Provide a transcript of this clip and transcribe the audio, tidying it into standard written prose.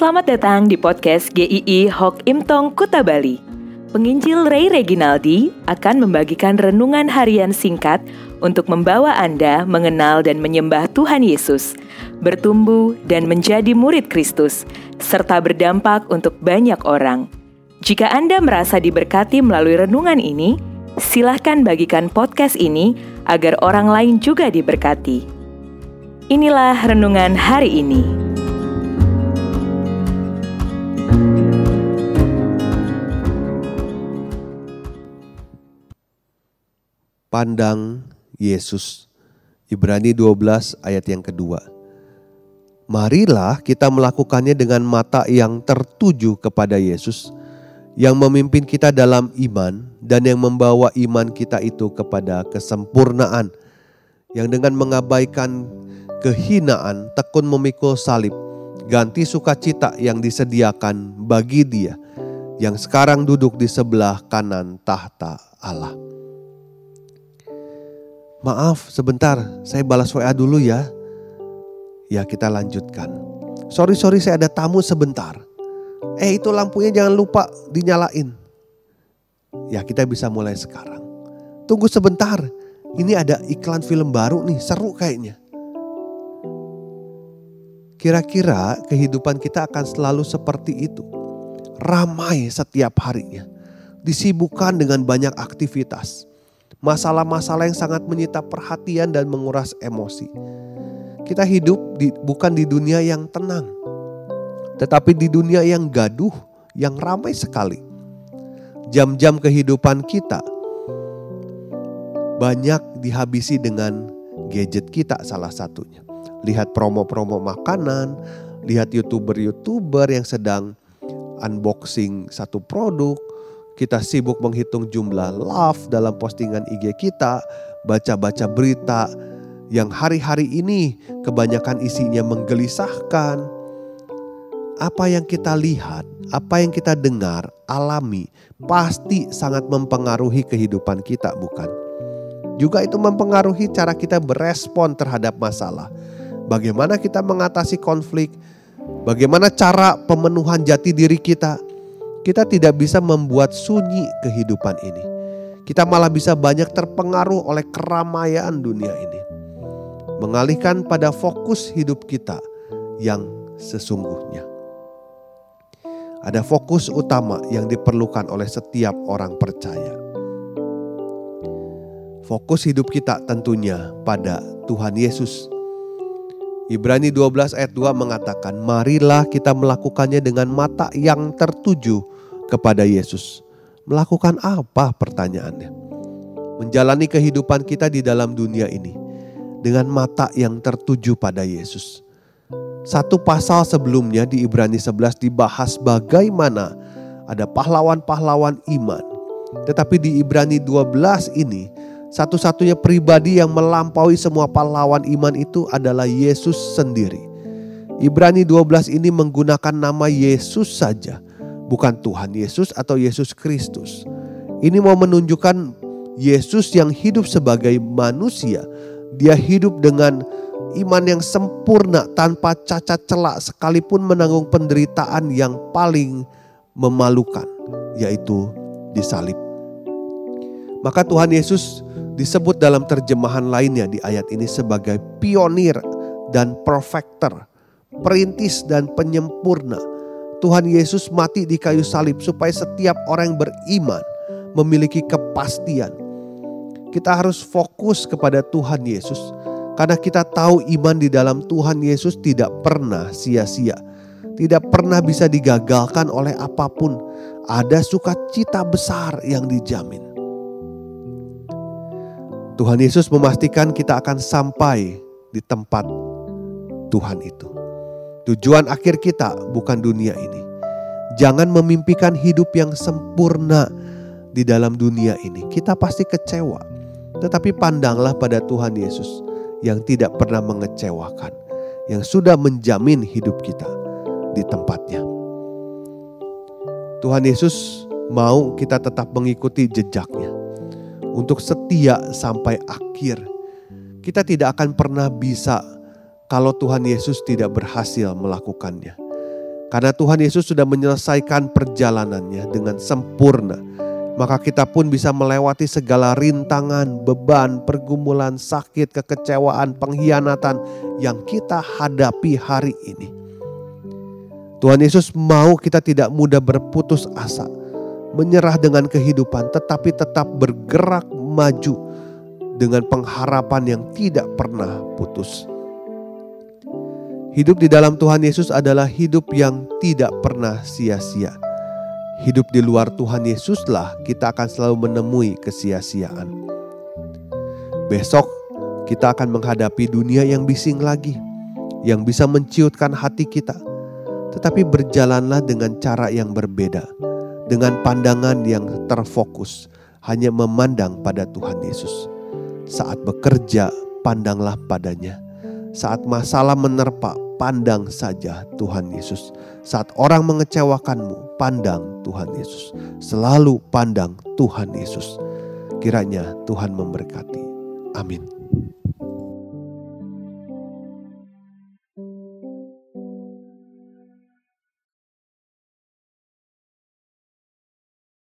Selamat datang di podcast GII Hok Imtong Kuta Bali. Penginjil Ray Reginaldi akan membagikan renungan harian singkat untuk membawa Anda mengenal dan menyembah Tuhan Yesus, bertumbuh dan menjadi murid Kristus, serta berdampak untuk banyak orang. Jika Anda merasa diberkati melalui renungan ini, silahkan bagikan podcast ini agar orang lain juga diberkati. Inilah renungan hari ini. Pandang Yesus. Ibrani 12 ayat yang kedua. Marilah kita melakukannya dengan mata yang tertuju kepada Yesus, yang memimpin kita dalam iman dan yang membawa iman kita itu kepada kesempurnaan, yang dengan mengabaikan kehinaan tekun memikul salib, ganti sukacita yang disediakan bagi Dia yang sekarang duduk di sebelah kanan tahta Allah. Maaf sebentar, saya balas WA dulu ya. Ya, kita lanjutkan. Sorry saya ada tamu sebentar. Itu lampunya jangan lupa dinyalain. Ya, kita bisa mulai sekarang. Tunggu sebentar, ini ada iklan film baru nih, seru kayaknya. Kira-kira kehidupan kita akan selalu seperti itu. Ramai setiap harinya. Disibukkan dengan banyak aktivitas. Masalah-masalah yang sangat menyita perhatian dan menguras emosi. Kita hidup bukan di dunia yang tenang, tetapi di dunia yang gaduh, yang ramai sekali. Jam-jam kehidupan kita banyak dihabisi dengan gadget kita salah satunya. Lihat promo-promo makanan, lihat YouTuber yang sedang unboxing satu produk. Kita sibuk menghitung jumlah love dalam postingan IG kita, baca-baca berita yang hari-hari ini kebanyakan isinya menggelisahkan. Apa yang kita lihat, apa yang kita dengar, alami, pasti sangat mempengaruhi kehidupan kita, bukan? Juga itu mempengaruhi cara kita berespon terhadap masalah. Bagaimana kita mengatasi konflik, bagaimana cara pemenuhan jati diri kita. Kita tidak bisa membuat sunyi kehidupan ini. Kita malah bisa banyak terpengaruh oleh keramaian dunia ini. Mengalihkan pada fokus hidup kita yang sesungguhnya. Ada fokus utama yang diperlukan oleh setiap orang percaya. Fokus hidup kita tentunya pada Tuhan Yesus. Ibrani 12 ayat 2 mengatakan, marilah kita melakukannya dengan mata yang tertuju kepada Yesus. Melakukan apa pertanyaannya? Menjalani kehidupan kita di dalam dunia ini dengan mata yang tertuju pada Yesus. Satu pasal sebelumnya di Ibrani 11 dibahas bagaimana ada pahlawan-pahlawan iman. Tetapi di Ibrani 12 ini satu-satunya pribadi yang melampaui semua pahlawan iman itu adalah Yesus sendiri. Ibrani 12 ini menggunakan nama Yesus saja. Bukan Tuhan Yesus atau Yesus Kristus. Ini mau menunjukkan Yesus yang hidup sebagai manusia. Dia hidup dengan iman yang sempurna tanpa cacat celak sekalipun menanggung penderitaan yang paling memalukan, yaitu disalib. Maka Tuhan Yesus disebut dalam terjemahan lainnya di ayat ini sebagai pionir dan perfecter, perintis dan penyempurna. Tuhan Yesus mati di kayu salib supaya setiap orang yang beriman memiliki kepastian. Kita harus fokus kepada Tuhan Yesus karena kita tahu iman di dalam Tuhan Yesus tidak pernah sia-sia. Tidak pernah bisa digagalkan oleh apapun. Ada sukacita besar yang dijamin. Tuhan Yesus memastikan kita akan sampai di tempat Tuhan itu. Tujuan akhir kita bukan dunia ini. Jangan memimpikan hidup yang sempurna di dalam dunia ini. Kita pasti kecewa. Tetapi pandanglah pada Tuhan Yesus yang tidak pernah mengecewakan. Yang sudah menjamin hidup kita di tempatnya. Tuhan Yesus mau kita tetap mengikuti jejaknya. Untuk setia sampai akhir. Kita tidak akan pernah bisa kalau Tuhan Yesus tidak berhasil melakukannya. Karena Tuhan Yesus sudah menyelesaikan perjalanannya dengan sempurna, maka kita pun bisa melewati segala rintangan, beban, pergumulan, sakit, kekecewaan, pengkhianatan yang kita hadapi hari ini. Tuhan Yesus mau kita tidak mudah berputus asa, menyerah dengan kehidupan, tetapi tetap bergerak maju dengan pengharapan yang tidak pernah putus. Hidup di dalam Tuhan Yesus adalah hidup yang tidak pernah sia-sia. Hidup di luar Tuhan Yesuslah kita akan selalu menemui kesia-siaan. Besok kita akan menghadapi dunia yang bising lagi, yang bisa menciutkan hati kita. Tetapi berjalanlah dengan cara yang berbeda, dengan pandangan yang terfokus, hanya memandang pada Tuhan Yesus. Saat bekerja, pandanglah padanya. Saat masalah menerpa, pandang saja Tuhan Yesus. Saat orang mengecewakanmu, pandang Tuhan Yesus. Selalu pandang Tuhan Yesus. Kiranya Tuhan memberkati. Amin.